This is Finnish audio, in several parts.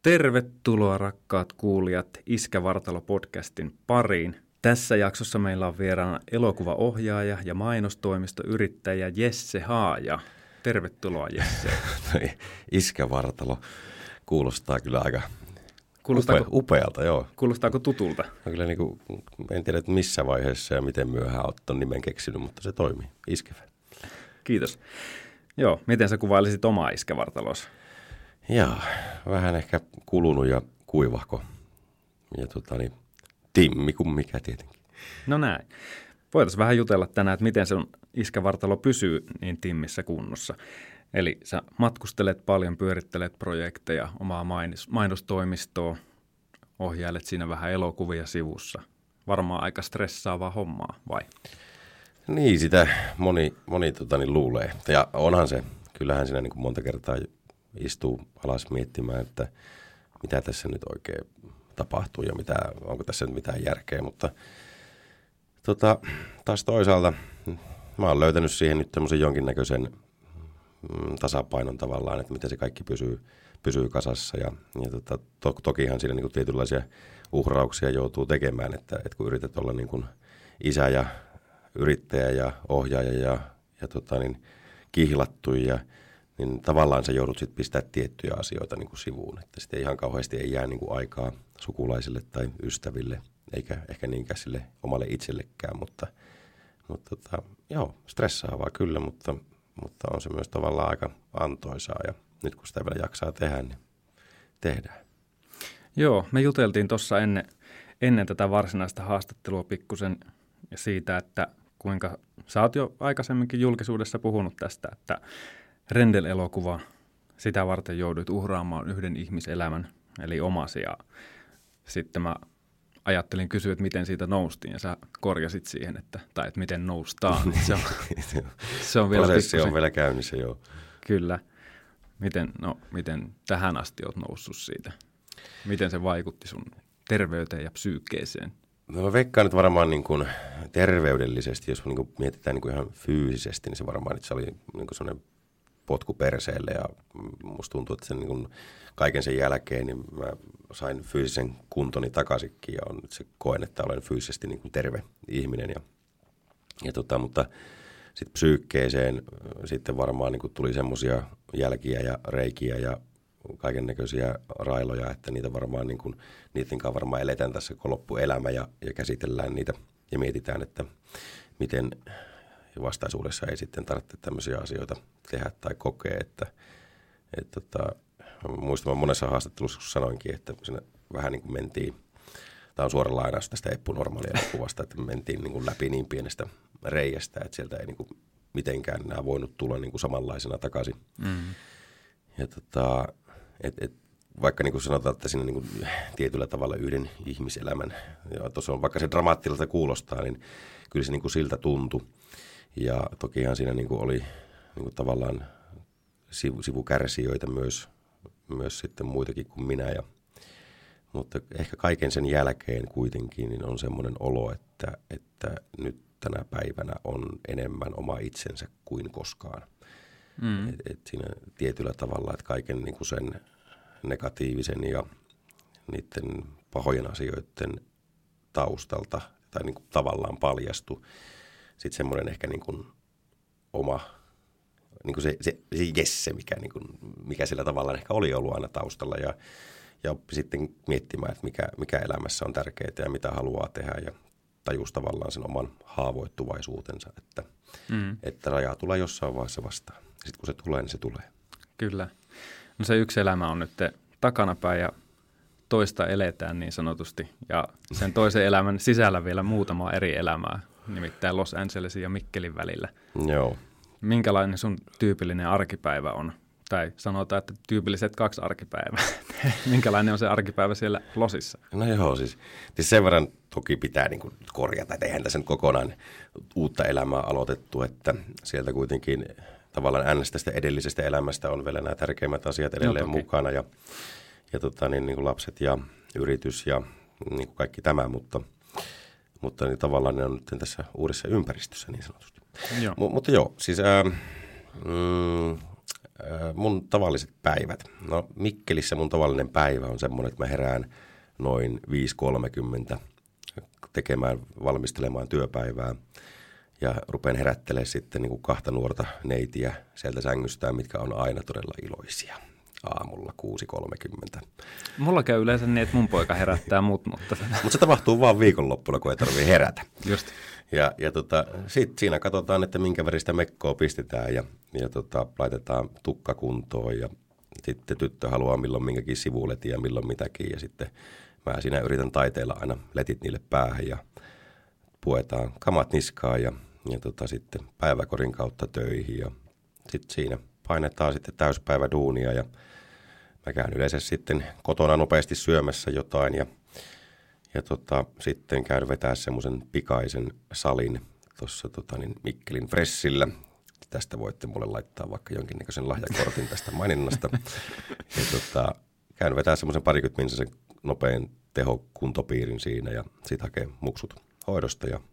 Tervetuloa rakkaat kuulijat Iskä-Vartalo-podcastin pariin. Tässä jaksossa meillä on vieraana elokuvaohjaaja ja mainostoimistoyrittäjä Jesse Haaja. Tervetuloa Jesse. Iskä-Vartalo kuulostaa kyllä aika upealta, joo. Kuulostaako tutulta? No kyllä en tiedä, että missä vaiheessa ja miten myöhään olet ton nimen keksinyt, mutta se toimii. Iskevä. Kiitos. Joo, miten sä kuvailisit omaa Iskä-Vartalosi? Jaa, vähän ehkä kulunut ja kuivahko. Ja timmi kuin mikä tietenkin. No näin. Voitaisiin vähän jutella tänään, että miten sun Iskä-Vartalo pysyy niin timmissä kunnossa. Eli sä matkustelet paljon, pyörittelet projekteja, omaa mainostoimistoa, ohjailet siinä vähän elokuvia sivussa. Varmaan aika stressaavaa hommaa, vai? Niin, sitä moni luulee. Ja onhan se. Kyllähän siinä niin kuin monta kertaa istuu alas miettimään, että mitä tässä nyt oikein tapahtuu ja onko tässä nyt mitään järkeä. Mutta taas toisaalta mä oon löytänyt siihen nyt tämmöisen jonkinnäköisen tasapainon tavallaan, että miten se kaikki pysyy kasassa. Ja tokihan siinä niin kuin tietynlaisia uhrauksia joutuu tekemään, että kun yrität olla niin kuin isä ja yrittäjä ja ohjaaja ja kihlattu niin tavallaan sä joudut sitten pistää tiettyjä asioita niin kuin sivuun. Että sitten ihan kauheasti ei jää niin kuin aikaa sukulaisille tai ystäville, eikä ehkä niinkään sille omalle itsellekään. Mutta joo, stressaavaa kyllä, mutta on se myös tavallaan aika antoisaa. Ja nyt kun sitä vielä jaksaa tehdä, niin tehdään. Joo, me juteltiin tuossa ennen tätä varsinaista haastattelua pikkusen siitä, että kuinka sä oot jo aikaisemminkin julkisuudessa puhunut tästä, että Rendel-elokuva, sitä varten jouduit uhraamaan yhden ihmiselämän, eli omasi. Ja sitten mä ajattelin kysyä, että miten siitä noustiin, ja sä korjasit siihen, että miten noustaan. Se on vielä prosessi on vielä käynnissä, joo. Kyllä. Miten tähän asti oot noussut siitä? Miten se vaikutti sun terveyteen ja psyykkeeseen? No mä veikkaan nyt varmaan niin kuin terveydellisesti, jos niin kuin mietitään niin kuin ihan fyysisesti, niin se varmaan nyt se oli niin kuin sellainen potku perseelle ja musta tuntuu, että sen, niin kuin kaiken sen jälkeen niin mä sain fyysisen kuntoni takaisinkin ja on nyt se koen, että olen fyysisesti niin kuin terve ihminen. Mutta sitten psyykkeeseen sitten varmaan niin kuin tuli semmoisia jälkiä ja reikiä ja kaiken näköisiä railoja, että niitä varmaan niin kuin, niiden kanssa varmaan eletään tässä koko loppuelämä ja käsitellään niitä ja mietitään, että miten vastaisuudessa ei sitten tarvitse tämmöisiä asioita tehdä tai kokea, että muistan monessa haastattelussa, kun sanoinkin, että siinä vähän niin kuin mentiin, tämä on suora lainaus tästä Eppu Normaali-elokuvasta, että mentiin niin kuin läpi niin pienestä reiästä, että sieltä ei niin kuin mitenkään enää voinut tulla niin kuin samanlaisena takaisin. Ja vaikka niin kuin sanotaan, että siinä niin kuin tietyllä tavalla yhden ihmiselämän, ja tuossa on vaikka se dramaattiselta kuulostaa, niin kyllä se niin kuin siltä tuntui. Ja tokihan siinä niin kuin oli niin kuin tavallaan sivukärsijöitä myös sitten muitakin kuin minä. Mutta ehkä kaiken sen jälkeen kuitenkin niin on semmoinen olo, että nyt tänä päivänä on enemmän oma itsensä kuin koskaan. Et siinä tietyllä tavalla, että kaiken niin kuin sen negatiivisen ja niiden pahojen asioiden taustalta tai niin kuin tavallaan paljastui sitten semmoinen ehkä niin kuin oma, niin kuin se Jesse, mikä sillä tavalla ehkä oli ollut aina taustalla ja oppi sitten miettimään, että mikä elämässä on tärkeää ja mitä haluaa tehdä ja tajusi tavallaan sen oman haavoittuvaisuutensa, että rajaa tulee jossain vaiheessa vastaan. Sitten kun se tulee, niin se tulee. Kyllä. No se yksi elämä on nyt takanapäin ja toista eletään niin sanotusti. Ja sen toisen elämän sisällä vielä muutama eri elämää, nimittäin Los Angelesin ja Mikkelin välillä. Joo. Minkälainen sun tyypillinen arkipäivä on? Tai sanotaan, että tyypilliset 2 arkipäivää. Minkälainen on se arkipäivä siellä Losissa? No joo, siis sen verran toki pitää niin kuin korjata, että eihän tässä nyt kokonaan uutta elämää aloitettu, että sieltä kuitenkin tavallaan äänestästä edellisestä elämästä on vielä nämä tärkeimmät asiat edelleen mukana ja niin kuin lapset ja yritys ja niin kuin kaikki tämä, mutta niin tavallaan ne on nyt tässä uudessa ympäristössä niin sanotusti. Joo. Mutta joo, siis mun tavalliset päivät. No Mikkelissä mun tavallinen päivä on semmoinen, että mä herään noin 5.30 valmistelemaan työpäivää ja rupean herättelemään sitten niin kuin 2 nuorta neitiä sieltä sängystään, mitkä on aina todella iloisia. Aamulla 6.30. Mulla käy yleensä niin, että mun poika herättää mut, mutta... Mutta se tapahtuu vaan viikonloppuna, kun ei tarvitse herätä. Just. Ja sitten siinä katsotaan, että minkä väristä mekkoa pistetään ja laitetaan tukka kuntoon ja sitten tyttö haluaa milloin minkäkin sivuletin ja milloin mitäkin ja sitten mä siinä yritän taiteilla aina letit niille päähän ja puetaan kamat niskaan ja sitten päiväkorin kautta töihin ja sitten siinä painetaan sitten täyspäivä duunia ja mä käyn yleensä sitten kotona nopeasti syömässä jotain ja sitten käyn vetää semmoisen pikaisen salin tuossa Mikkelin Fressillä. Tästä voitte mulle laittaa vaikka jonkinnäköisen lahjakortin tästä maininnasta. Ja käyn vetää semmoisen 20 minsasen nopean tehokuntopiirin siinä ja sitten hakee muksut hoidosta ja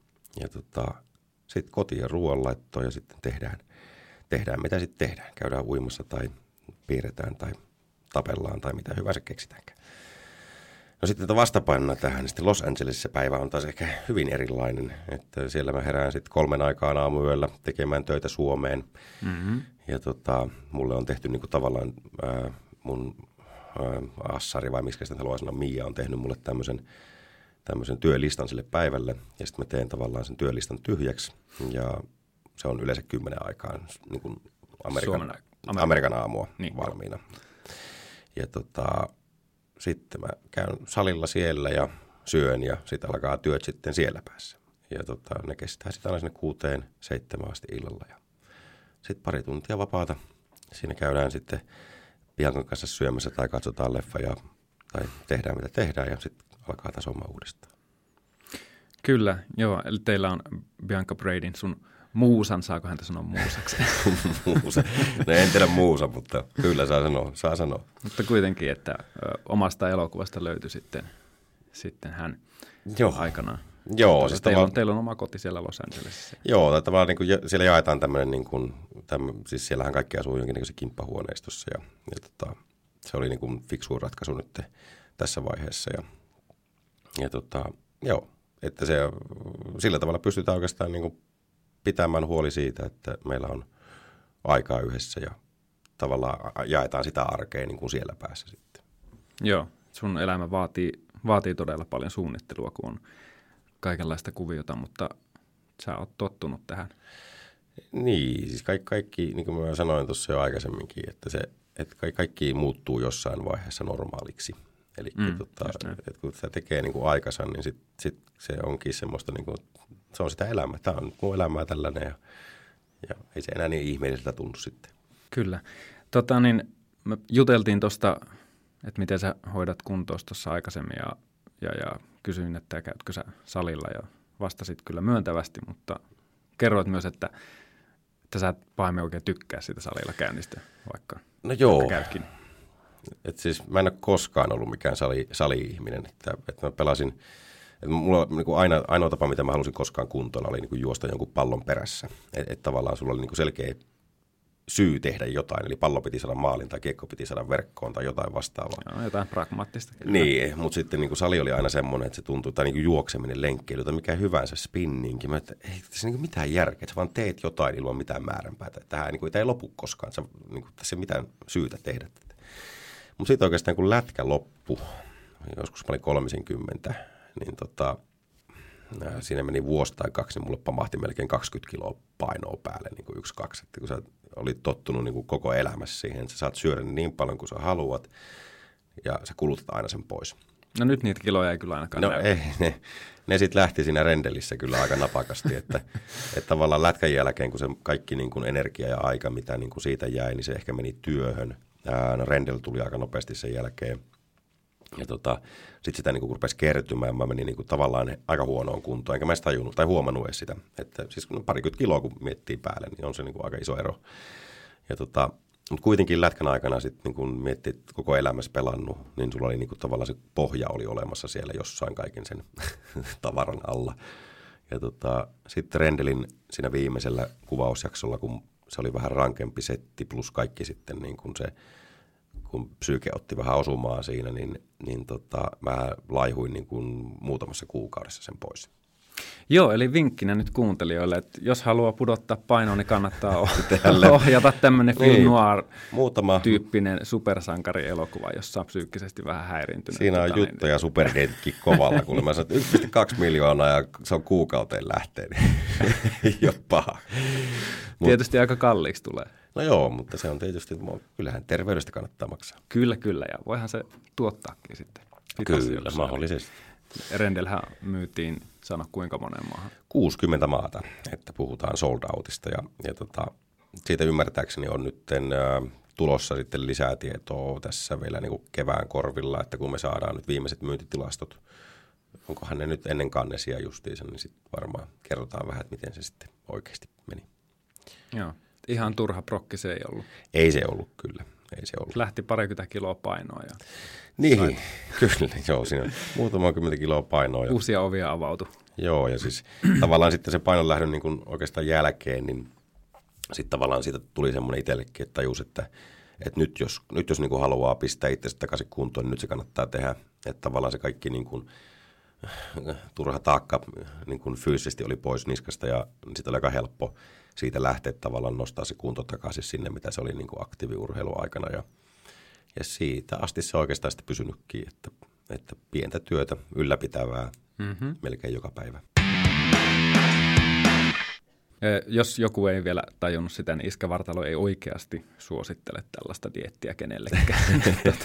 sitten kotiin ja ruoanlaittoon ja sitten tehdään mitä sitten tehdään. Käydään uimassa tai piirretään tai tapellaan tai mitä hyvänsä keksitäänkään. No sitten vastapainona tähän, niin sitten Los Angelesissa päivä on taas ehkä hyvin erilainen. Että siellä mä herään sitten 3 aikaan aamuyöllä tekemään töitä Suomeen. Mm-hmm. Ja mulle on tehty niinku tavallaan mun assari, vai miksi sitä haluaa sanoa, Mia on tehnyt mulle tämmöisen työlistan sille päivälle. Ja sitten mä teen tavallaan sen työlistan tyhjäksi. Ja se on yleensä 10 aikaan niin kuin Amerikan aamua niin valmiina. Ja sitten mä käyn salilla siellä ja syön ja sitten alkaa työt sitten siellä päässä. Ja ne kestää sitten aina sinne 6-7 asti illalla. Ja sitten 2 tuntia vapaata. Siinä käydään sitten Biancan kanssa syömässä tai katsotaan leffa tai tehdään mitä tehdään ja sitten alkaa taas homma uudestaan. Kyllä, joo. Eli teillä on Bianca Bradyn sun muusan, saako häntä sanoa muusaksi? Muusa. No en tiedä muusa, mutta kyllä saa sanoa. Mutta kuitenkin, että omasta elokuvasta löytyi sitten hän aikanaan. Joo. Siis teillä on oma koti siellä Los Angelesissa. Joo, tai tavallaan niin kuin, siellä jaetaan tämmöinen, niin kuin, siis siellähän kaikki asuu jonkinnäköisessä kimppahuoneistossa ja se oli niin kuin fiksu ratkaisu nyt tässä vaiheessa. Joo, että se sillä tavalla pystytään oikeastaan niin kuin pitämään huoli siitä, että meillä on aikaa yhdessä ja tavallaan jaetaan sitä arkea niin kuin siellä päässä sitten. Joo, sun elämä vaatii todella paljon suunnittelua, kun on kaikenlaista kuviota, mutta sä oot tottunut tähän. Niin, siis kaikki niin kuin mä sanoin tuossa jo aikaisemminkin, että kaikki muuttuu jossain vaiheessa normaaliksi. Eli että kun sitä tekee niin kuin aikansa, niin sit se onkin semmoista, niin kuin, se on sitä elämää. Tämä on mun elämää tällainen ja ei se enää niin ihmeelliseltä tunnu sitten. Kyllä. Me juteltiin tuosta, että miten sä hoidat kuntousta tuossa aikaisemmin ja kysyin, että käytkö sä salilla ja vastasit kyllä myöntävästi, mutta kerroit myös, että sä et pahemmin oikein tykkää siitä salilla käynnistä, vaikka käytkin. Siis mä en ole koskaan ollut mikään sali-ihminen, että mä pelasin, että mulla niin kuin ainoa tapa, mitä mä halusin koskaan kuntoilla, oli niin kuin juosta jonkun pallon perässä. Että tavallaan sulla oli niin kuin selkeä syy tehdä jotain, eli pallo piti saada maalin tai kiekko piti saada verkkoon tai jotain vastaavaa. Joo, jotain pragmaattista. Niin, mutta sitten niin kuin sali oli aina semmoinen, että se tuntui, tai niin kuin juokseminen, lenkkeily tai mikä hyvänsä spinninkin. Mä että ei tässä niin kuin mitään järkeä, että sä vaan teet jotain ilman mitään määränpäätä. Tähän niin kuin, ei lopu koskaan, sä, niin kuin, tässä ei mitään syytä tehdä. Mutta sitten oikeastaan kun lätkä loppui, joskus mä olin 30, niin siinä meni vuosi tai 2, niin mulle pamahti melkein 20 kiloa painoa päälle, niin kuin 1-2. Että kun sä olit tottunut niin kuin koko elämässä siihen, että sä saat syödä niin paljon kuin sä haluat ja sä kulutat aina sen pois. No nyt niitä kiloja ei kyllä ainakaan näy. Ei, ne sitten lähti siinä rendelissä kyllä aika napakasti, että tavallaan lätkän jälkeen, kun se kaikki niin kuin energia ja aika, mitä niin kuin siitä jäi, niin se ehkä meni työhön. No rendel tuli aika nopeasti sen jälkeen. Ja sitten sitä niin kuin rupesi kertymään. Mä menin niin kuin tavallaan aika huonoon kuntoon. Enkä mä edes tajunnut tai huomannut edes sitä. Että siis kun 20 kiloa kun miettii päälle, niin on se niin kuin aika iso ero. Ja mutta kuitenkin lätkän aikana sitten niin kun miettii, että koko elämässä pelannut, niin sulla oli niin kuin tavallaan se pohja oli olemassa siellä jossain kaiken sen tavaran alla. Ja sitten rendelin siinä viimeisellä kuvausjaksolla, kun se oli vähän rankempi setti plus kaikki sitten niin kuin se, kun psyyke otti vähän osumaa siinä, niin mä laihuin niin kuin muutamassa kuukaudessa sen pois. Joo, eli vinkkinä nyt kuuntelijoille, että jos haluaa pudottaa painoa, niin kannattaa ohjata tämmöinen film noir-tyyppinen supersankarielokuva, jossa on psyykkisesti vähän häiriintynyt. Siinä on juttuja superdateitkin kovalla, kun mä sanon, että 1,2 miljoonaa ja se on kuukauteen lähtee, niin ei ole paha. Tietysti aika kalliiksi tulee. No joo, mutta se on tietysti, kyllähän terveydestä kannattaa maksaa. Kyllä, ja voihan se tuottaakin sitten. Kyllä, mahdollisesti. Rendelhän myytiin, sano kuinka monen maahan? 60 maata, että puhutaan sold outista ja siitä ymmärtääkseni on nyt tulossa sitten lisää tietoa tässä vielä niin kuin kevään korvilla, että kun me saadaan nyt viimeiset myyntitilastot, onkohan ne nyt ennen Cannesia justiinsa, niin sitten varmaan kerrotaan vähän, että miten se sitten oikeasti meni. Joo, ihan turha prokki se ei ollut. Ei se ollut kyllä. Ei se ollut. Lähti 20 kiloa painoa. Ja niin, kyllä. Joo, siinä on muutama 10 kiloa painoa. Ja uusia ovia avautui. Joo, ja siis tavallaan sitten se painon lähdön niin kuin oikeastaan jälkeen, niin sitten tavallaan siitä tuli semmoinen itsellekin, että tajus, että nyt jos niin kuin haluaa pistää itse takaisin kuntoon, niin nyt se kannattaa tehdä. Että tavallaan se kaikki niin kuin turha taakka niin kuin fyysisesti oli pois niskasta ja sitten oli aika helppo siitä lähteä tavallaan nostaa se kunto takaisin sinne, mitä se oli niin kuin aktiiviurheiluaikana. Ja siitä asti se oikeastaan sitten pysynytkin, että pientä työtä, ylläpitävää melkein joka päivä. Jos joku ei vielä tajunnut sitä, niin Iskä Vartalo ei oikeasti suosittele tällaista dieettiä kenellekään.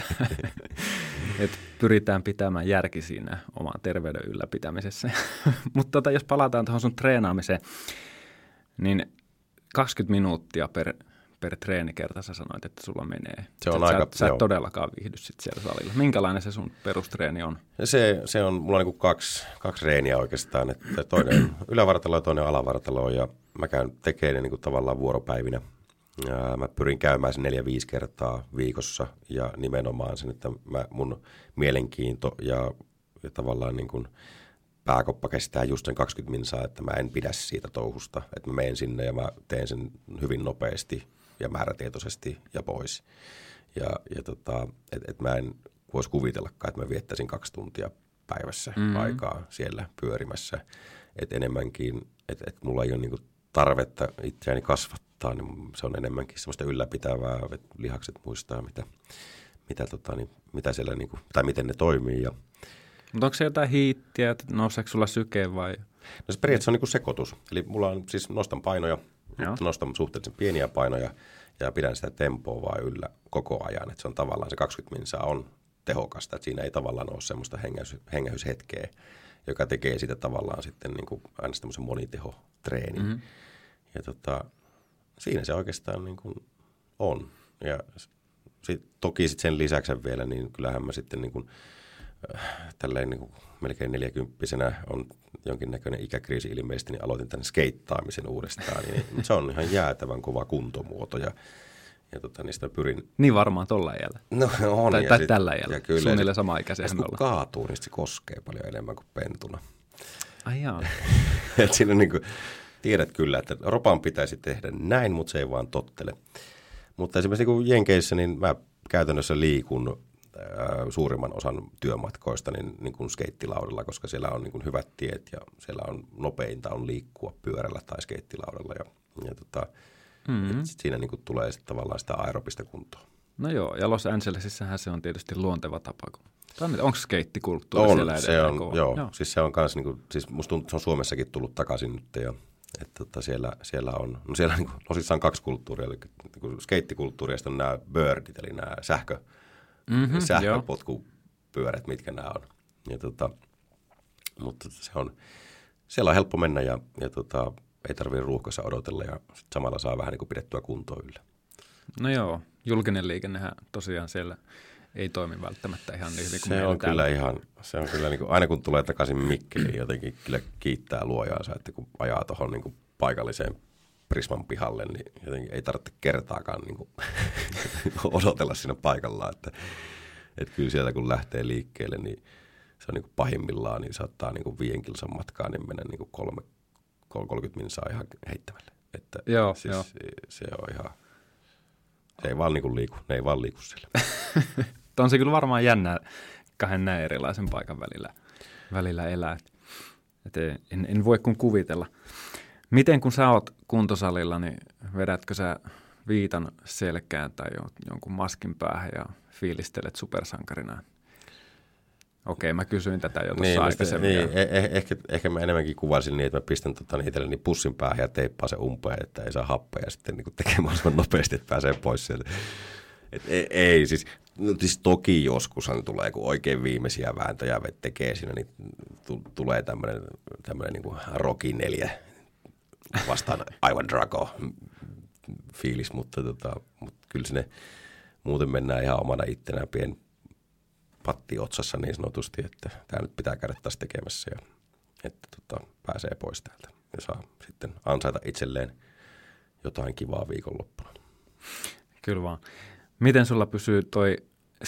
Pyritään pitämään järki siinä oman terveyden ylläpitämisessä. Mutta jos palataan tuohon sun treenaamiseen, niin 20 minuuttia per treenikerta sä sanoit, että sulla menee. Se on aika, sä et todellakaan viihdy sit siellä salilla. Minkälainen se sun perustreeni on? Se on, mulla on niin kuin kaksi reeniä oikeastaan. Että toinen ylävartalo ja toinen alavartalo ja mä käyn tekemään niin kuin tavallaan vuoropäivinä. Mä pyrin käymään sen 4-5 kertaa viikossa ja nimenomaan sen, että mun mielenkiinto ja tavallaan niin kuin pääkoppa kestää just sen 20 minsaa, että mä en pidä siitä touhusta. Että mä menen sinne ja mä teen sen hyvin nopeasti ja määrätietoisesti ja pois. Että mä en voisi kuvitellakaan, että mä viettäisin 2 tuntia päivässä aikaa siellä pyörimässä. Että enemmänkin, että mulla ei ole niinku tarvetta itseäni kasvattaa, niin se on enemmänkin semmoista ylläpitävää, että lihakset muistaa, mitä siellä niinku, tai miten ne toimii. Mutta onko se jotain hiittiä, että nouseeko sulla syke vai? No se periaatteessa on niinku sekoitus. Eli mulla on siis nostan painoja, nostan suhteellisen pieniä painoja ja pidän sitä tempoa vaan yllä koko ajan. Että se on tavallaan se 20 minsaa on tehokasta, että siinä ei tavallaan ole semmoista hengähyshetkeä, joka tekee sitä tavallaan sitten niinku aina semmoisen monitehotreenin. Ja siinä se oikeastaan niinku on. Ja toki sitten sen lisäksi vielä, niin kyllähän mä sitten niinku tälleen niin kuin melkein 40-vuotiaana on jonkinnäköinen ikäkriisi ilmeisesti, niin aloitin tämän skeittaamisen uudestaan. Niin se on ihan jäätävän kova kuntomuoto ja niistä pyrin. Niin varmaan tuolla iällä. No on. Tai tällä iällä. Suunnilleen sama ikäisiä me ollaan. Kun kaatuu, niin se koskee paljon enemmän kuin pentuna. Ai jaa. Että siinä niin kuin, tiedät kyllä, että ropan pitäisi tehdä näin, mutta se ei vaan tottele. Mutta esimerkiksi niin kuin Jenkeissä, niin mä käytännössä liikun suurimman osan työmatkoista niin kuin skeittilaudalla, koska siellä on niin kuin hyvät tiet ja siellä on nopeinta on liikkua pyörällä tai skeittilaudalla siinä niin kuin tulee sitten tavallaan sitä aerobista kuntoa. No joo, ja Los Angelesissähän se on tietysti luonteva tapa. Onko skeittikulttuuri siellä edelleen? Joo. Siis se on kans, niin kuin, siis musta tuntuu, että se on Suomessakin tullut takaisin nyt ja että siellä on, no siellä niin kuin, osissaan 2 kulttuuria, eli niin skeittikulttuuri ja sitten on nämä birdit, eli nämä sähköpotkupyörät, mitkä nämä on. Mutta siellä on helppo mennä ja ei tarvitse ruuhkassa odotella ja samalla saa vähän niin kuin pidettyä kuntoa yllä. No joo, julkinen liikennehän tosiaan siellä ei toimi välttämättä ihan niin hyvin kuin se on kyllä niin kuin, aina kun tulee takaisin Mikkeliin, jotenkin kyllä kiittää luojaansa, että kun ajaa tuohon niin kuin paikalliseen Prisman pihalle, niin jotenkin ei tarvitse kertaakaan niin kuin odotella siinä paikallaan, että kyllä sieltä kun lähtee liikkeelle, niin se on niin kuin pahimmillaan, niin saattaa niin kuin 5 kilsan matkaa, niin mennä niin kuin 30 minsaa ihan heittämällä. Että Joo, siis joo. se on ihan, se ei vaan niin liiku, ne ei vaan liiku siellä. On se kyllä varmaan jännää kahden näin erilaisen paikan välillä elää. En voi kun kuvitella. Miten kun sä oot kuntosalilla, niin vedätkö sä viitan selkään tai jonkun maskin päähän ja fiilistelet supersankarina? Okei, mä kysyin tätä jo tuossa aikaisemmin. Niin, ehkä mä enemmänkin kuvaisin niin, että mä pistän itselleni pussin päähän ja teippaan se umpeen, että ei saa happea ja sitten niin tekee mahdollisimman nopeasti, että pääsee pois sieltä. Siis toki joskushan tulee, kun oikein viimeisiä vääntöjä tekee siinä, niin tulee tämmöinen niin kuin Rocky 4 vastaan Ivan Drago fiilis, mutta kyllä sinne muuten mennään ihan omana ittenään pieni patti otsassa niin sanotusti, että tämä nyt pitää käydä taas tekemässä ja että pääsee pois täältä ja saa sitten ansaita itselleen jotain kivaa viikonloppuna. Kyllä vaan. Miten sulla pysyy toi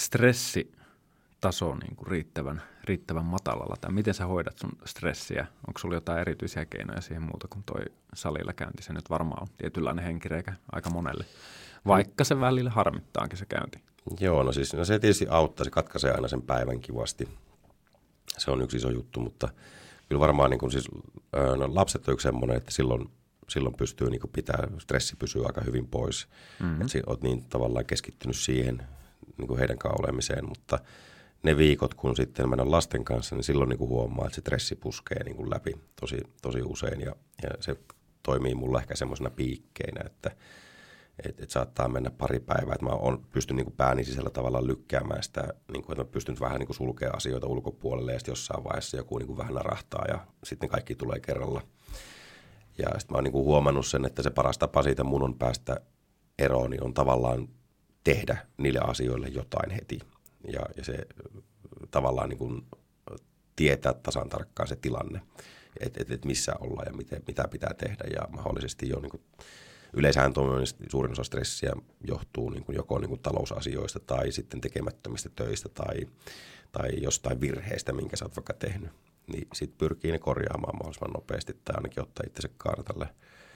stressitaso niin kuin riittävän matalalla? Tai miten sä hoidat sun stressiä? Onko sulla jotain erityisiä keinoja siihen muuta kuin toi salilla käynti? Se nyt varmaan on tietynlainen henkireikä aika monelle, vaikka se välillä harmittaakin se käynti. Joo, no se tietysti auttaa, se katkaisee aina sen päivän kivasti. Se on yksi iso juttu, mutta kyllä varmaan niin kuin lapset on yksi semmoinen, että silloin pystyy niin kuin stressi pysyy aika hyvin pois. Mm-hmm. Että olet niin tavallaan keskittynyt siihen niin kuin heidän kanssa olemiseen, mutta ne viikot, kun sitten mennään lasten kanssa, niin silloin niin kuin huomaa, että se stressi puskee niin kuin läpi tosi usein ja se toimii mulla ehkä semmoisena piikkeinä, että saattaa mennä pari päivää, että mä pystyn niin kuin pääni sisällä tavallaan lykkäämään sitä, niin kuin, että mä pystyn vähän niin kuin sulkemaan asioita ulkopuolelle ja sitten jossain vaiheessa joku niin kuin vähän narahtaa ja sitten kaikki tulee kerralla. Ja sitten mä oon niin kuin huomannut sen, että se paras tapa siitä mun on päästä eroon, niin on tavallaan tehdä niille asioille jotain heti. Ja se tavallaan niin kuin tietää tasan tarkkaan se tilanne, että missä ollaan ja mitä pitää tehdä ja mahdollisesti jo niin kuin yleensähän suurin osa stressiä johtuu niin kuin joko niin kuin talousasioista tai sitten tekemättömistä töistä tai jostain virheistä, minkä sä oot vaikka tehnyt. Niin sit pyrkii ne korjaamaan mahdollisimman nopeasti tai ainakin ottaa itsensä kartalle.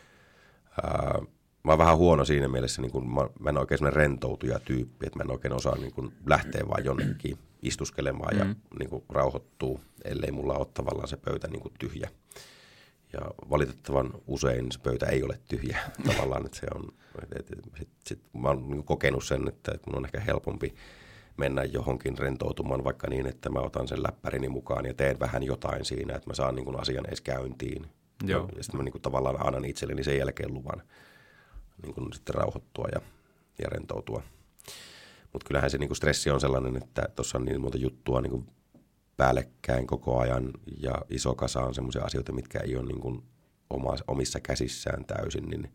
Mä oon vähän huono siinä mielessä, niin kun mä en oikein sellainen rentoutuja tyyppi, että mä en oikein osaa niin kun lähteä vaan jonnekin istuskelemaan ja niin kun rauhoittuu, ellei mulla ole tavallaan se pöytä niin kun tyhjä. Ja valitettavan usein se pöytä ei ole tyhjä tavallaan, että se on, sit mä oon niin kokenut sen, että mun on ehkä helpompi mennä johonkin rentoutumaan vaikka niin, että mä otan sen läppärini mukaan ja teen vähän jotain siinä, että mä saan niin kuin asian edes käyntiin. Joo. Ja sitten mä niin kuin tavallaan annan itselleni sen jälkeen luvan niin kuin sitten rauhoittua ja rentoutua. Mutta kyllähän se niin kuin stressi on sellainen, että tuossa on niin monta juttua niin kuin päällekkäin koko ajan ja iso kasa on semmoisia asioita, mitkä ei ole niin kuin omissa käsissään täysin, niin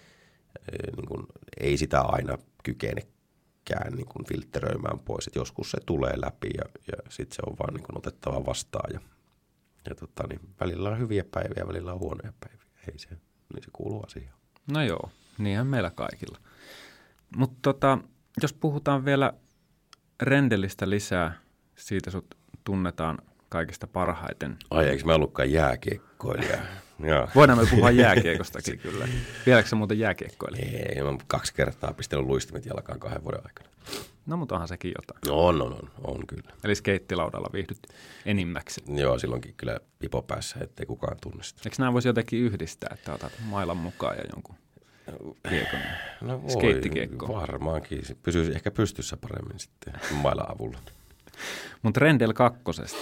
kuin ei sitä aina kykene niin kuin filtteröimään pois, että joskus se tulee läpi ja sitten se on vaan niin kuin otettava vastaan ja niin välillä on hyviä päiviä, välillä on huonoja päiviä, niin se kuuluu asiaan. No joo, niinhän meillä kaikilla. Mutta jos puhutaan vielä Rendelistä lisää, siitä sut tunnetaan kaikista parhaiten. Ai, eikö mä ollutkaan jääkiekkoilija? Voidaan me puhua jääkiekostakin kyllä. Vieläkö sä muuten jääkiekkoilija? Ei, mä oon 2 kertaa pistellyt luistimet jalkaan 2 vuoden aikana. No, mutta onhan sekin jotain. On kyllä. Eli skeittilaudalla viihdyt enimmäkseen. Joo, silloinkin kyllä pipo päässä, ettei kukaan tunne sitä. Eikö nämä voisi jotenkin yhdistää, että otat mailan mukaan ja jonkun kiekon? No voi, skeittikiekkoon. Varmaankin. Se pysyisi ehkä pystyssä paremmin sitten mailan avulla. Mutta Rendel 2,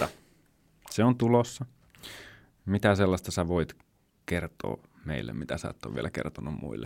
se on tulossa. Mitä sellaista sä voit kertoa meille, mitä sä et ole vielä kertonut muille?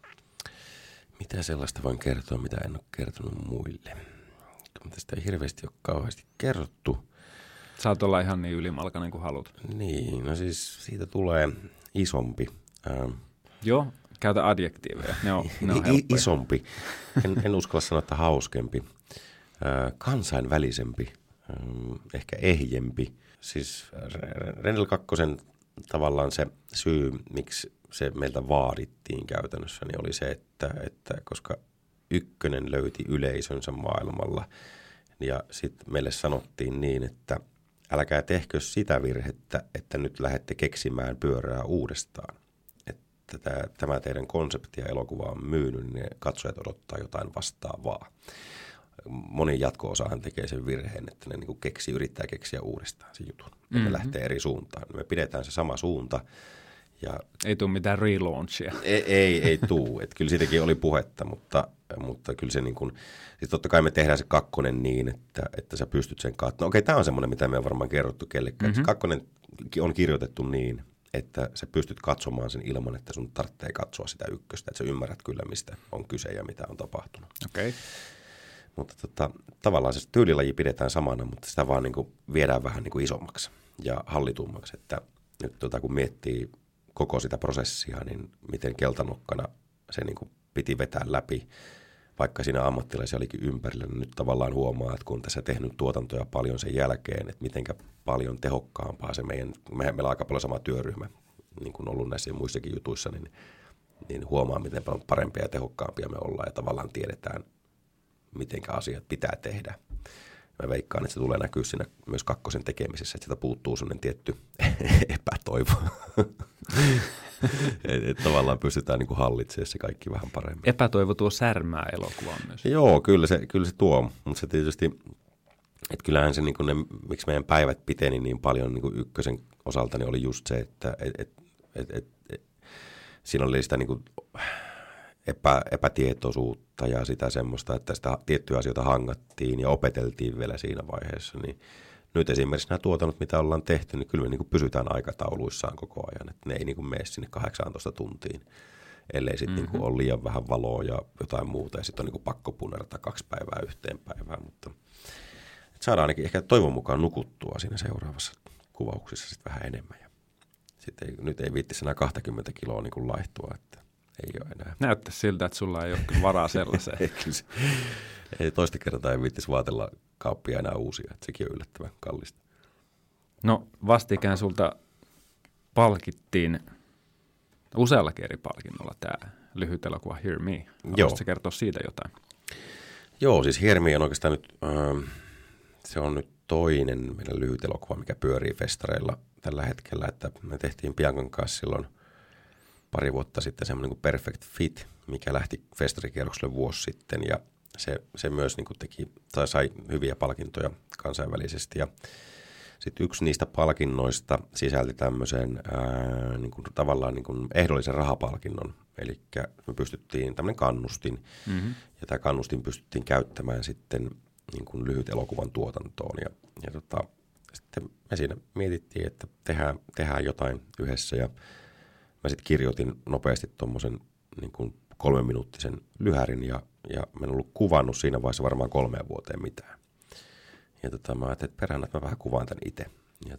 Mitä sellaista voin kertoa, mitä en ole kertonut muille? Tästä ei hirveästi ole kauheasti kerrottu. Saat olla ihan niin ylimalkainen kuin haluat. Niin, no siis siitä tulee isompi. Joo, käytä adjektiiveja. Ne on helppoja. Isompi. En uskalla sanoa, että hauskempi. Kansainvälisempi. Ehkä ehjempi. Siis Rendel 2 tavallaan se syy, miksi se meiltä vaadittiin käytännössä, niin oli se, että koska 1 löyti yleisönsä maailmalla ja sitten meille sanottiin niin, että älkää tehkö sitä virhettä, että nyt lähdette keksimään pyörää uudestaan. että tämä teidän konsepti ja elokuva on myynyt, niin ne katsojat odottaa jotain vastaavaa. Moni jatko-osahan tekee sen virheen, että ne niin kuin yrittää keksiä uudestaan sen jutun. Ja ne lähtee eri suuntaan. Me pidetään se sama suunta. Ja ei tule mitään relaunchia. Ei tule. Että kyllä siitäkin oli puhetta, mutta kyllä se niin kuin, siis totta kai me tehdään se 2 niin, että sä pystyt sen katsomaan. No okei, tämä on semmoinen, mitä me on varmaan kerrottu kellekään. Se 2 on kirjoitettu niin, että sä pystyt katsomaan sen ilman, että sun tarvitsee katsoa sitä 1, että sä ymmärrät kyllä, mistä on kyse ja mitä on tapahtunut. Okei. Mutta tavallaan se tyylilaji pidetään samana, mutta sitä vaan niin kuin viedään vähän niin kuin isommaksi ja hallitummaksi. Että nyt kun miettii koko sitä prosessia, niin miten keltanokkana se niin kuin piti vetää läpi, vaikka siinä ammattilaisia olikin ympärillä, niin nyt tavallaan huomaa, että kun on tässä tehnyt tuotantoja paljon sen jälkeen, että mitenkä paljon tehokkaampaa se meillä on aika paljon sama työryhmä, niin kuin ollut näissä muissakin jutuissa, niin huomaa, miten paljon parempia ja tehokkaampia me ollaan ja tavallaan tiedetään, mitenkä asiat pitää tehdä. Mä veikkaan, että se tulee näkyä siinä myös 2 tekemisessä, että sieltä puuttuu sellainen tietty epätoivo. Että tavallaan pystytään niin kuin hallitsemaan se kaikki vähän paremmin. Epätoivo tuo särmää elokuvaan myös. Joo, kyllä se tuo, mutta se tietysti, että kyllähän se, niin kuin miksi meidän päivät piteni niin paljon niin kuin 1 osalta, niin oli just se, että siinä oli sitä niin kuin epätietoisuutta ja sitä semmoista, että sitä tiettyjä asioita hangattiin ja opeteltiin vielä siinä vaiheessa, niin nyt esimerkiksi nämä tuotannot, mitä ollaan tehty, niin kyllä me niin kuin pysytään aikatauluissaan koko ajan, että ne ei niin kuin mene sinne 18 tuntiin, ellei sitten niin kuin ole liian vähän valoa ja jotain muuta, ja sitten on niin kuin pakko punertaa 2 päivää yhteen päivään, mutta saadaan ainakin ehkä toivon mukaan nukuttua siinä seuraavassa kuvauksissa sitten vähän enemmän, ja sitten nyt ei viittisi enää 20 kiloa niin kuin laihtua, että ei ole enää. Näyttäisi siltä, että sulla ei ole kyllä varaa sellaiseen. Ei toista kertaa ei viittisi vaatella kaappia enää uusia, että sekin on yllättävän kallista. No vastikään sulta palkittiin useallakin eri palkinnolla tämä lyhyt elokuva Hear Me. Haluaisitko kertoa siitä jotain? Joo, siis Hear Me on oikeastaan nyt, se on nyt toinen meidän lyhyt elokuva, mikä pyörii festareilla tällä hetkellä, että me tehtiin Biancan kanssa silloin pari vuotta sitten semmoinen kuin Perfect Fit, mikä lähti festarikierrokselle vuosi sitten ja se myös niin kuin sai hyviä palkintoja kansainvälisesti ja sitten yksi niistä palkinnoista sisälti tämmöisen niin kuin, tavallaan niin kuin ehdollisen rahapalkinnon, eli me pystyttiin tämmöinen kannustin ja tämä kannustin pystyttiin käyttämään sitten niin kuin lyhyt elokuvan tuotantoon ja sitten me siinä mietittiin, että tehdään jotain yhdessä ja mä sitten kirjoitin nopeasti tuommoisen niin kuin 3-minuuttisen lyhärin ja mä en ollut kuvannut siinä vaiheessa varmaan 3 vuoteen mitään. Ja mä ajattelin, että perään, että mä vähän kuvaan tämän itse. Ja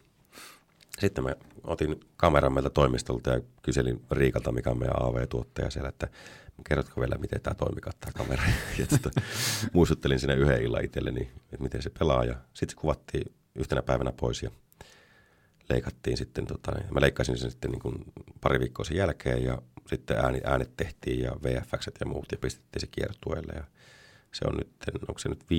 sitten mä otin kameran meiltä toimistolta ja kyselin Riikalta, mikä on meidän AV-tuottaja siellä, että kerrotko vielä, miten tämä toimii, tämä kamera. Ja muistuttelin siinä yhden illan itselleni, että miten se pelaa. Ja sitten se kuvattiin yhtenä päivänä pois ja leikattiin sitten, mä leikkasin sen sitten niin kuin pari viikkoa sen jälkeen ja sitten äänet tehtiin ja VFX:t ja muut ja pistettiin se kiertueelle ja se on nyt, onko se nyt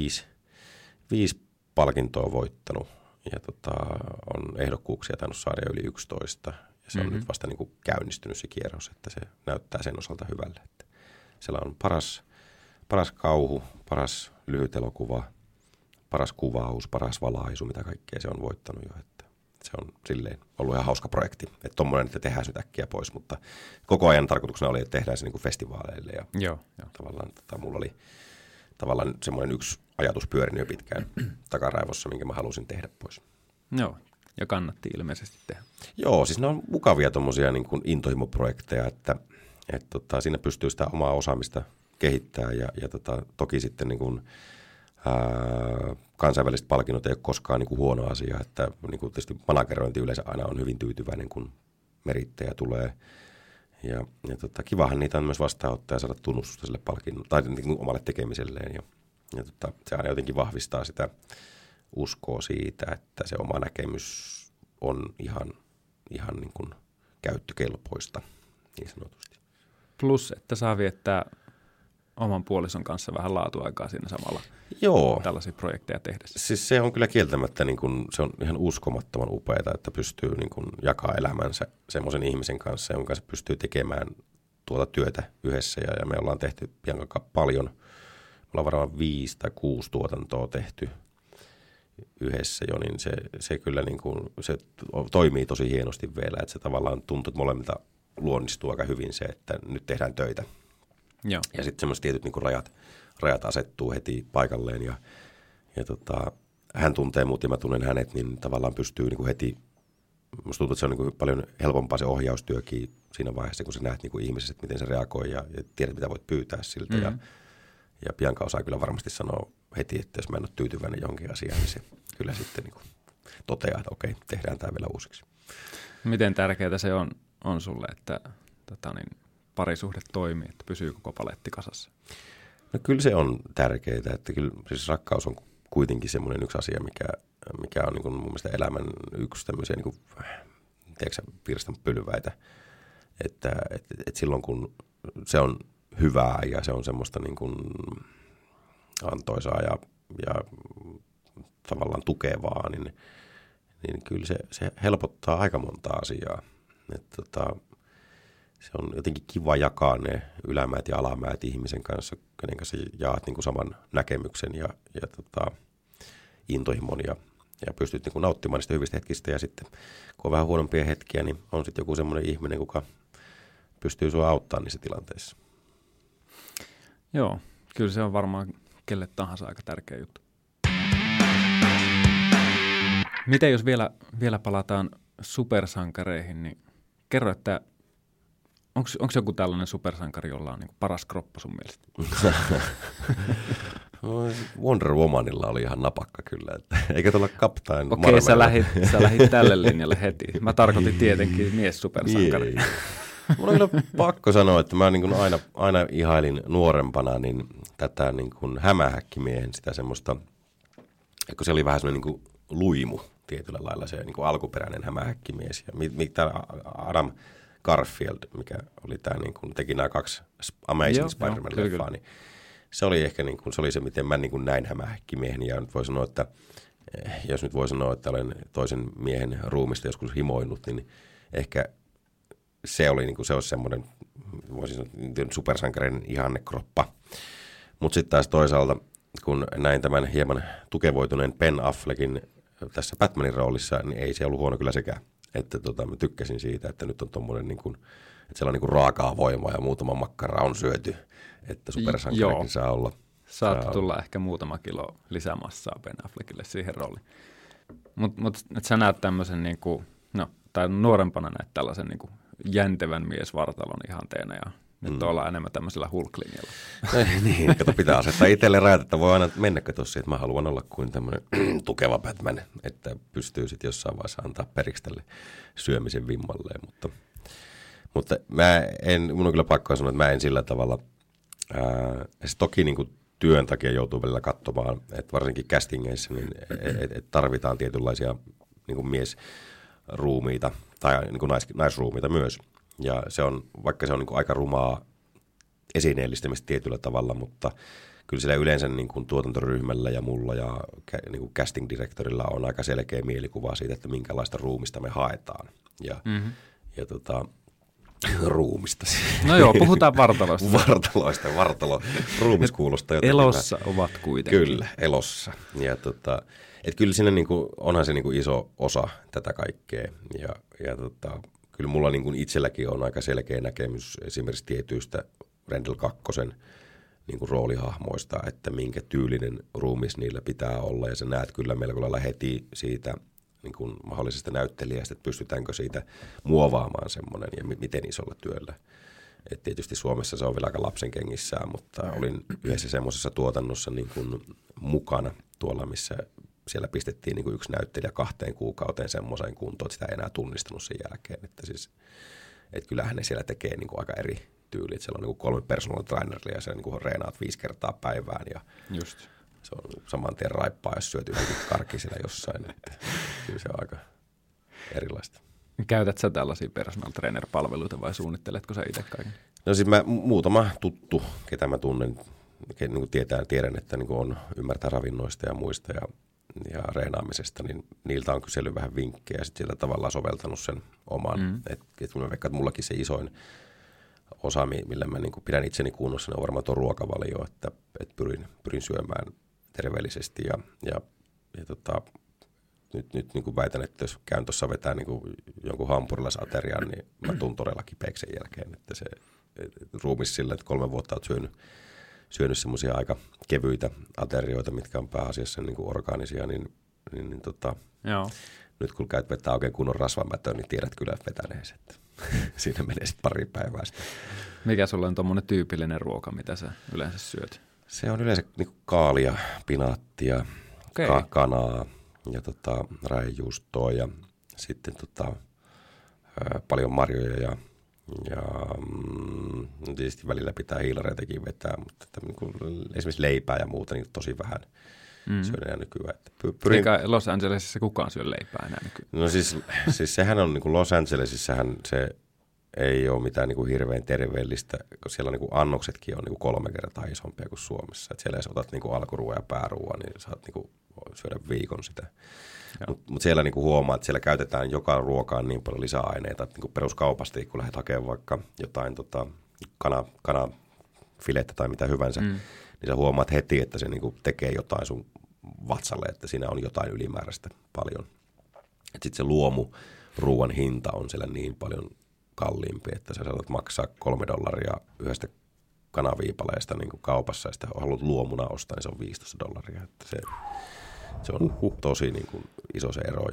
5 palkintoa voittanut ja on ehdokkuuksia tainnut saada yli 11 ja se on nyt vasta niin kuin käynnistynyt se kierros, että se näyttää sen osalta hyvälle, että siellä on paras kauhu, paras lyhyt elokuva, paras kuvaus, paras valaisu, mitä kaikkea se on voittanut jo, että se on silleen ollut ihan hauska projekti. Että tommoinen, että tehdään se nyt äkkiä pois, mutta koko ajan tarkoituksena oli, että tehdään se niin kuin festivaaleille. Ja Joo. Tavallaan mulla oli tavallaan semmoinen yksi ajatus pyörinyt jo pitkään takaraivossa, minkä mä halusin tehdä pois. Joo, ja kannatti ilmeisesti tehdä. Joo, siis ne on mukavia tommosia niin kuin intohimoprojekteja, että siinä pystyy sitä omaa osaamista kehittämään ja toki sitten niin kuin kansainväliset palkinnot ei ole koskaan niin kuin huono asia, että niin kuin tietysti managerointi yleensä aina on hyvin tyytyväinen, kun merittejä tulee. Ja kivahan niitä on myös vastaanottaa ja saada tunnustusta sille palkinnolle tai niin kuin omalle tekemiselleen. Ja se aina jotenkin vahvistaa sitä uskoa siitä, että se oma näkemys on ihan niin kuin käyttökelpoista niin sanotusti. Plus, että saa viettää oman puolison kanssa vähän laatuaikaa siinä samalla Joo. tällaisia projekteja tehdessä. Siis se on kyllä kieltämättä, niin kun, se on ihan uskomattoman upeaa, että pystyy niin kun, jakaa elämänsä semmoisen ihmisen kanssa, jonka kanssa pystyy tekemään tuota työtä yhdessä. Ja me ollaan tehty Biancan kanssa paljon. Me ollaan varmaan 5 tai 6 tuotantoa tehty yhdessä jo, niin se kyllä niin kun, se toimii tosi hienosti vielä, että se tavallaan tuntuu, että molemmilta luonnistuu aika hyvin se, että nyt tehdään töitä. Joo. Ja sitten semmoiset tietyt niin kun rajat asettuu heti paikalleen ja hän tuntee mut ja mä tunnen hänet, niin tavallaan pystyy niin kuin heti, musta tuntuu, että se on niin kuin paljon helpompaa se ohjaustyökin siinä vaiheessa, kun sä näet niin kuin ihmisessä, että miten se reagoi ja tiedät, mitä voit pyytää siltä. Mm-hmm. Ja Bianca osaa kyllä varmasti sanoa heti, että jos mä en ole tyytyväinen johonkin asiaan, niin se kyllä sitten niin kuin toteaa, että okei, tehdään tämä vielä uusiksi. Miten tärkeää se on sulle, että parisuhde toimii, että pysyy koko paletti kasassa? No kyllä se on tärkeää, että kyllä siis rakkaus on kuitenkin semmoinen yksi asia, mikä on niin kuin mun mielestä elämän yksi tämmöisiä niin kuin, tiedätkö, pirstan pylväitä, että silloin kun se on hyvää ja se on semmoista niin kuin antoisaa ja tavallaan tukevaa, niin kyllä se helpottaa aika monta asiaa. Että se on jotenkin kiva jakaa ne ylämäät ja alamäät ihmisen kanssa, kenen kanssa jaat niin kuin saman näkemyksen ja intohimon ja pystyt niin kuin nauttimaan niistä hyvistä hetkistä. Ja sitten kun on vähän huonompia hetkiä, niin on sitten joku semmoinen ihminen, joka pystyy sua auttamaan niissä tilanteissa. Joo, kyllä se on varmaan kelle tahansa aika tärkeä juttu. Miten jos vielä palataan supersankareihin, niin kerro, että onko joku tällainen supersankari, jolla on niin kuin paras kroppa sun mielestä? Wonder Womanilla oli ihan napakka kyllä. Että, eikä tuolla Captain Okei, sä lähit tälle linjalle heti. Mä tarkoitin tietenkin mies supersankari. Mulla on kyllä pakko sanoa, että mä niin kuin aina ihailin nuorempana niin tätä niin kuin hämähäkkimiehen sitä semmoista, kun se oli vähän semmoinen niin kuin luimu tietyllä lailla se niin kuin alkuperäinen hämähäkkimies. Ja mitä Adam Garfield, mikä oli tämä, niin kuin, teki nämä 2 Amazing Spider-Man-leffaa, niin se oli ehkä niin kuin, se oli se, miten mä niin kuin näin hämähäkkimiehen. Ja nyt voi sanoa, että jos nyt voi sanoa, että olen toisen miehen ruumista joskus himoinut, niin ehkä se oli niin kuin, se olisi semmoinen, voisin sanoa, supersankarin ihannekroppa. Mutta sitten taas toisaalta, kun näin tämän hieman tukevoituneen Ben Affleckin tässä Batmanin roolissa, niin ei se ollut huono kyllä sekään. Että mä tykkäsin siitä, että nyt on tommoinen niin kuin, että siellä on niin kuin raakaa voimaa ja muutama makkara on syöty, että supersankarikin saa olla. Saat tulla ehkä muutama kilo lisämassaa Ben Affleckille siihen rooliin. Mutta sä näet tämmöisen, niin kuin, tai nuorempana näet tällaisen niin kuin jäntevän miesvartalon ihanteena ja nyt ollaan enemmän tämmöisellä Hulk-linjalla. Niin, kato, pitää asettaa itselle rajat, että voi aina mennäkö tuossa, että mä haluan olla kuin tämmöinen tukeva Batman, että pystyy sitten jossain vaiheessa antaa periksi tälle syömisen vimmalleen. Mutta mun on kyllä pakko sanoa, että mä en sillä tavalla, se toki niin kuin työn takia joutuu välillä katsomaan, että varsinkin castingeissa niin et tarvitaan tietynlaisia niin kuin miesruumiita tai niin kuin naisruumiita myös. Ja se on, vaikka se on niin kuin aika rumaa esineellistämistä tietyllä tavalla, mutta kyllä siellä yleensä niin kuin tuotantoryhmällä ja mulla ja niin kuin casting-direktorilla on aika selkeä mielikuva siitä, että minkälaista ruumista me haetaan. Ja ruumista. No joo, puhutaan vartaloista. Vartalo. Ruumis kuulostaa jotenkin. Elossa ovat kuitenkin. Kyllä, elossa. Ja että kyllä siinä niin kuin, onhan se niin kuin iso osa tätä kaikkea. Ja kyllä mulla niin kuin itselläkin on aika selkeä näkemys esimerkiksi tietyistä Rendell 2 niin kuin roolihahmoista, että minkä tyylinen ruumis niillä pitää olla. Ja sä näet kyllä melko lailla heti siitä niin kuin mahdollisesta näyttelijästä, että pystytäänkö siitä muovaamaan semmoinen ja miten isolla työllä. Et tietysti Suomessa se on vielä aika lapsen kengissään, mutta olin yhdessä semmoisessa tuotannossa niin kuin mukana tuolla, missä siellä pistettiin niin kuin yksi näyttelijä 2 kuukauteen semmoiseen kuntoon, että sitä ei enää tunnistanut sen jälkeen. Että kyllähän ne siellä tekee niin kuin aika eri tyyliä. Siellä on niin kuin 3 personal traineria ja siellä niin kuin reenaat 5 kertaa päivään. Ja just. Se on saman tien raippaa, jos syöty karkki siellä jossain. Että kyllä se on aika erilaista. Käytät sä tällaisia personal trainer-palveluita vai suunnitteletko sä itse kaiken? No siis muutama tuttu, ketä mä tunnen, niin kuin tiedän, että niin kuin on ymmärtää ravinnoista ja muista ja reenaamisesta, niin niiltä on kysellyt vähän vinkkejä ja sitten sillä tavalla soveltanut sen oman. Et kun mä veikkaan, että mullakin se isoin osa, millä mä niin kuin pidän itseni kunnossa, niin on varmaan tuo ruokavalio, että pyrin syömään terveellisesti ja nyt niin kuin väitän, että jos käyn tuossa vetää niin kuin jonkun hampurilaisaterian, niin mä tuun todella kipeäksi sen jälkeen, että se ruumis sillä, että 3 vuotta olet syönyt semmoisia aika kevyitä aterioita, mitkä on pääasiassa niin kuin orgaanisia, niin Joo. nyt kun käyt vetää oikein kunnon rasvamätön, niin tiedät kyllä vetäneesi, että siinä menee sitten pari päivää sitä. Mikä sulla on tommoinen tyypillinen ruoka, mitä sä yleensä syöt? Se on yleensä niin kuin kaalia, pinaattia, kanaa ja raijuustoa ja sitten paljon marjoja ja tietysti välillä pitää hiilareitakin vetää, mutta niin kuin esimerkiksi leipää ja muuta niin tosi vähän syödään nykyään. Eikä Los Angelesissa kukaan syö leipää enää nykyään. No siis sehän on niin kuin Los Angelesissahan se ei ole mitään niin kuin hirveän terveellistä, koska siellä niin kuin annoksetkin on niin kuin 3 kertaa isompia kuin Suomessa. Et siellä jos otat niin kuin alkuruoan ja pääruoan, niin saat niin kuin syödä viikon sitä. Mutta siellä niin kuin huomaa, että siellä käytetään joka ruokaan niin paljon lisäaineita, että niin kuin peruskaupasta, kun lähdet hakemaan vaikka jotain kanafilettä tai mitä hyvänsä, niin sä huomaat heti, että se niin kuin tekee jotain sun vatsalle, että siinä on jotain ylimääräistä paljon. Sitten se luomuruuan hinta on siellä niin paljon kalliimpi, että sä saat maksaa $3 yhdestä kanaviipaleesta niin kuin kaupassa, ja sitä haluat luomuna ostaa, niin se on $15. Että se on tosi niin kuin iso se ero.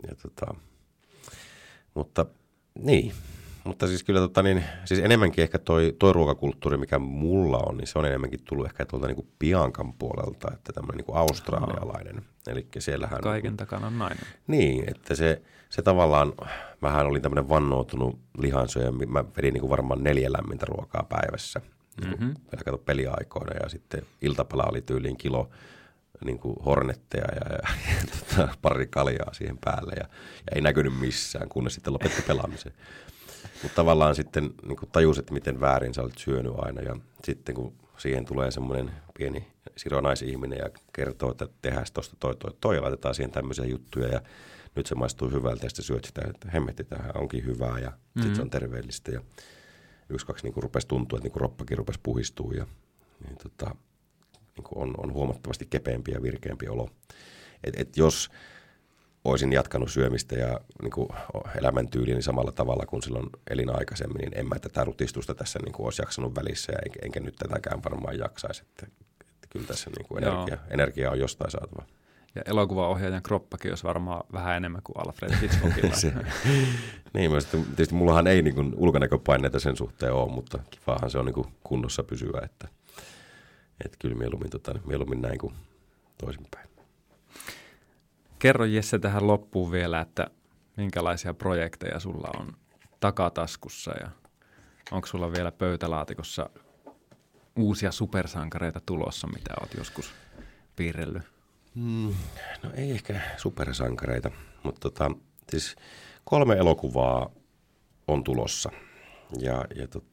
Mutta siis kyllä siis enemmänkin ehkä toi ruokakulttuuri, mikä mulla on, niin se on enemmänkin tullut ehkä tuolta niin kuin Biancan puolelta, että tämmöinen niin kuin australialainen. Eli siellähän kaiken takana on nainen. Niin, että se tavallaan, mähän olin tämmöinen vannoutunut lihansyöjä, mä vedin niin kuin varmaan 4 lämmintä ruokaa päivässä. Vielä kato peliaikoina ja sitten iltapala oli tyyliin kilo niin kuin hornetteja ja pari kaljaa siihen päälle ja ei näkynyt missään, kunnes sitten lopetti pelaamisen. Mutta tavallaan sitten niin kuin tajus, että miten väärin sä olet syönyt aina ja sitten kun siihen tulee semmoinen pieni sironaisihminen ja kertoo, että tehdään tuosta toi ja laitetaan siihen tämmöisiä juttuja ja nyt se maistuu hyvältä ja sitten syöt sitä, että hemmetti tähän onkin hyvää ja sitten se on terveellistä ja 1-2 niin kuin rupesi tuntua, että niin kuin roppakin rupesi puhistua ja niin kuin on huomattavasti kepeämpi ja virkeämpi olo. Et jos olisin jatkanut syömistä ja niin kuin elämäntyyliin samalla tavalla kuin silloin elin aikaisemmin, niin en mä tätä rutistusta tässä niin kuin olisi jaksanut välissä ja enkä nyt tätäkään varmaan jaksaisi. Että kyllä tässä niin kuin energia on jostain saatava. Ja elokuvaohjaajan kroppakin olisi varmaan vähän enemmän kuin Alfred Hitchcockilla. Niin, tietysti mullahan ei niin kuin ulkonäköpaineita sen suhteen ole, mutta kivaahan se on niin kuin kunnossa pysyä, että kyllä mieluummin näin kuin toisinpäin. Kerro Jesse tähän loppuun vielä, että minkälaisia projekteja sulla on takataskussa ja onko sulla vielä pöytälaatikossa uusia supersankareita tulossa, mitä olet joskus piirrellyt? No ei ehkä supersankareita, mutta siis 3 elokuvaa on tulossa ja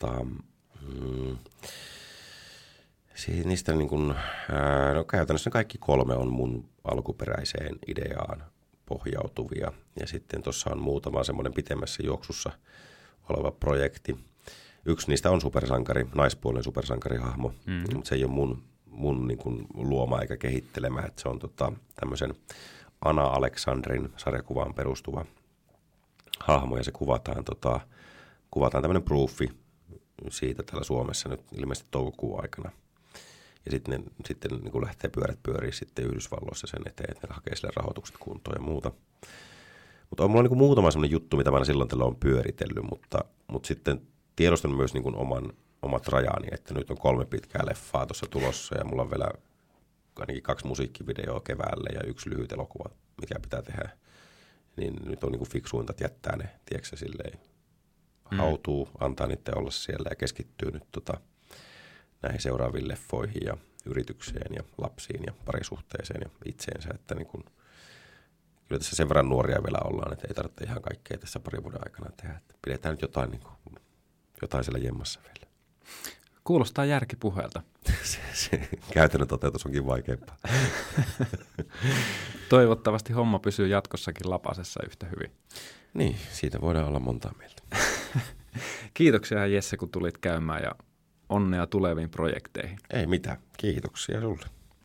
niistä niin kuin, no käytännössä kaikki 3 on mun alkuperäiseen ideaan pohjautuvia. Ja sitten tuossa on muutama semmoinen pitemmässä juoksussa oleva projekti. Yksi niistä on supersankari, naispuolinen supersankarihahmo, mutta se ei ole mun niin kuin luoma eikä kehittelemä. Että se on tämmöisen Anna Alexandrin sarjakuvaan perustuva hahmo ja se kuvataan tämmöinen proofi siitä täällä Suomessa nyt ilmeisesti toukokuun aikana. Ja sitten niin kuin lähtee pyörät pyörii sitten Yhdysvalloissa sen eteen, että ne hakee sille rahoitukset kuntoon ja muuta. Mutta on mulla niin kuin muutama sellainen juttu, mitä mä silloin tällä on pyöritellyt, mutta sitten tiedostan myös niin kuin omat rajani, että nyt on 3 pitkää leffaa tuossa tulossa ja mulla on vielä ainakin 2 musiikkivideoa keväälle ja 1 lyhyt elokuva, mikä pitää tehdä. Niin nyt on niin kuin fiksuinta, että jättää ne, tiedätkö silleen, hautuu, antaa niiden olla siellä ja keskittyy nyt näihin seuraaviin leffoihin ja yritykseen ja lapsiin ja parisuhteeseen ja itseensä, että niin kun, kyllä tässä sen verran nuoria vielä ollaan, että ei tarvitse ihan kaikkea tässä parin vuoden aikana tehdä. Että pidetään nyt jotain siellä jemmassa vielä. Kuulostaa järkipuheelta. se käytännön toteutus onkin vaikeampaa. Toivottavasti homma pysyy jatkossakin lapasessa yhtä hyvin. Niin, siitä voidaan olla montaa mieltä. Kiitoksia Jesse, kun tulit käymään ja onnea tuleviin projekteihin. Ei mitään. Kiitoksia sulle.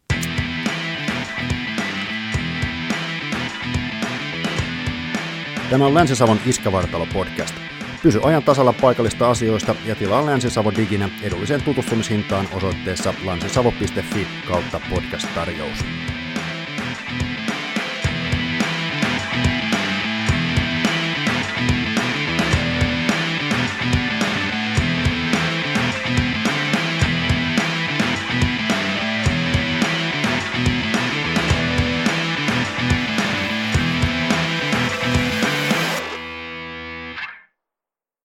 Tämä on Länsi-Savon Iskävartalo-podcast. Pysy ajan tasalla paikallista asioista ja tilaa Länsi-Savo diginä edulliseen tutustumishintaan osoitteessa lansisavo.fi/podcast-tarjous.